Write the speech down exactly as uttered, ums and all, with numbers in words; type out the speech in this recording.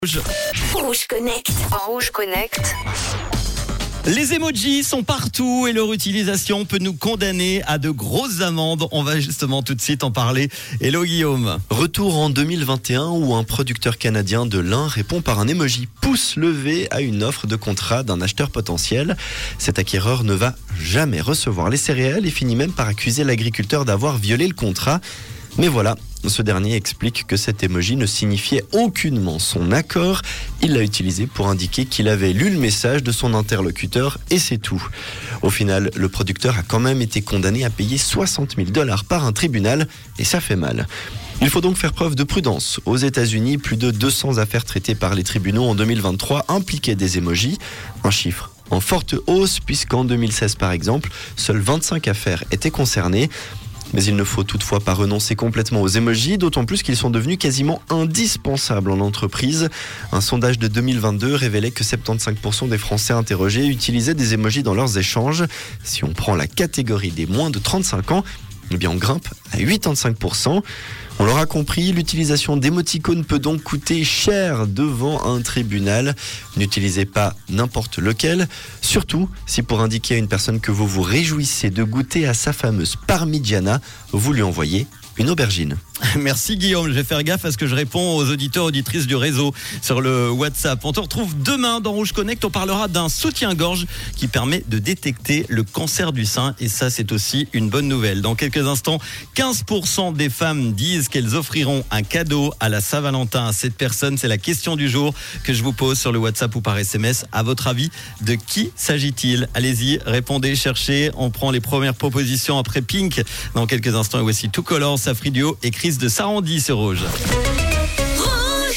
Rouge Connect. Rouge Connect. Les emojis sont partout et leur utilisation peut nous condamner à de grosses amendes. On va justement tout de suite en parler. Hello Guillaume. Retour en deux mille vingt et un où un producteur canadien de lin répond par un emoji pouce levé à une offre de contrat d'un acheteur potentiel. Cet acquéreur ne va jamais recevoir les céréales et finit même par accuser l'agriculteur d'avoir violé le contrat. Mais voilà, ce dernier explique que cet emoji ne signifiait aucunement son accord. Il l'a utilisé pour indiquer qu'il avait lu le message de son interlocuteur et c'est tout. Au final, le producteur a quand même été condamné à payer soixante mille dollars par un tribunal et ça fait mal. Il faut donc faire preuve de prudence. Aux États-Unis, plus de deux cents affaires traitées par les tribunaux en deux mille vingt-trois impliquaient des emojis. Un chiffre en forte hausse puisqu'en deux mille seize par exemple, seules vingt-cinq affaires étaient concernées. Mais il ne faut toutefois pas renoncer complètement aux emojis, d'autant plus qu'ils sont devenus quasiment indispensables en entreprise. Un sondage de deux mille vingt-deux révélait que soixante-quinze pour cent des Français interrogés utilisaient des emojis dans leurs échanges. Si on prend la catégorie des moins de trente-cinq ans, eh bien on grimpe à quatre-vingt-quinze pour cent. On l'aura compris, l'utilisation d'émoticônes peut donc coûter cher devant un tribunal. N'utilisez pas n'importe lequel, surtout si pour indiquer à une personne que vous vous réjouissez de goûter à sa fameuse parmigiana, vous lui envoyez une aubergine. Merci Guillaume, je vais faire gaffe à ce que je réponds aux auditeurs auditrices du réseau sur le WhatsApp. On te retrouve demain dans Rouge Connect, on parlera d'un soutien-gorge qui permet de détecter le cancer du sein et ça c'est aussi une bonne nouvelle. Dans quelques instants, quinze pour cent des femmes disent qu'elles offriront un cadeau à la Saint-Valentin à cette personne. C'est la question du jour que je vous pose sur le WhatsApp ou par S M S. À votre avis, de qui s'agit-il? Allez-y, répondez, cherchez. On prend les premières propositions après Pink dans quelques instants et voici Two Colors, Safri Duo et Chris de Sarandie sur Rouge.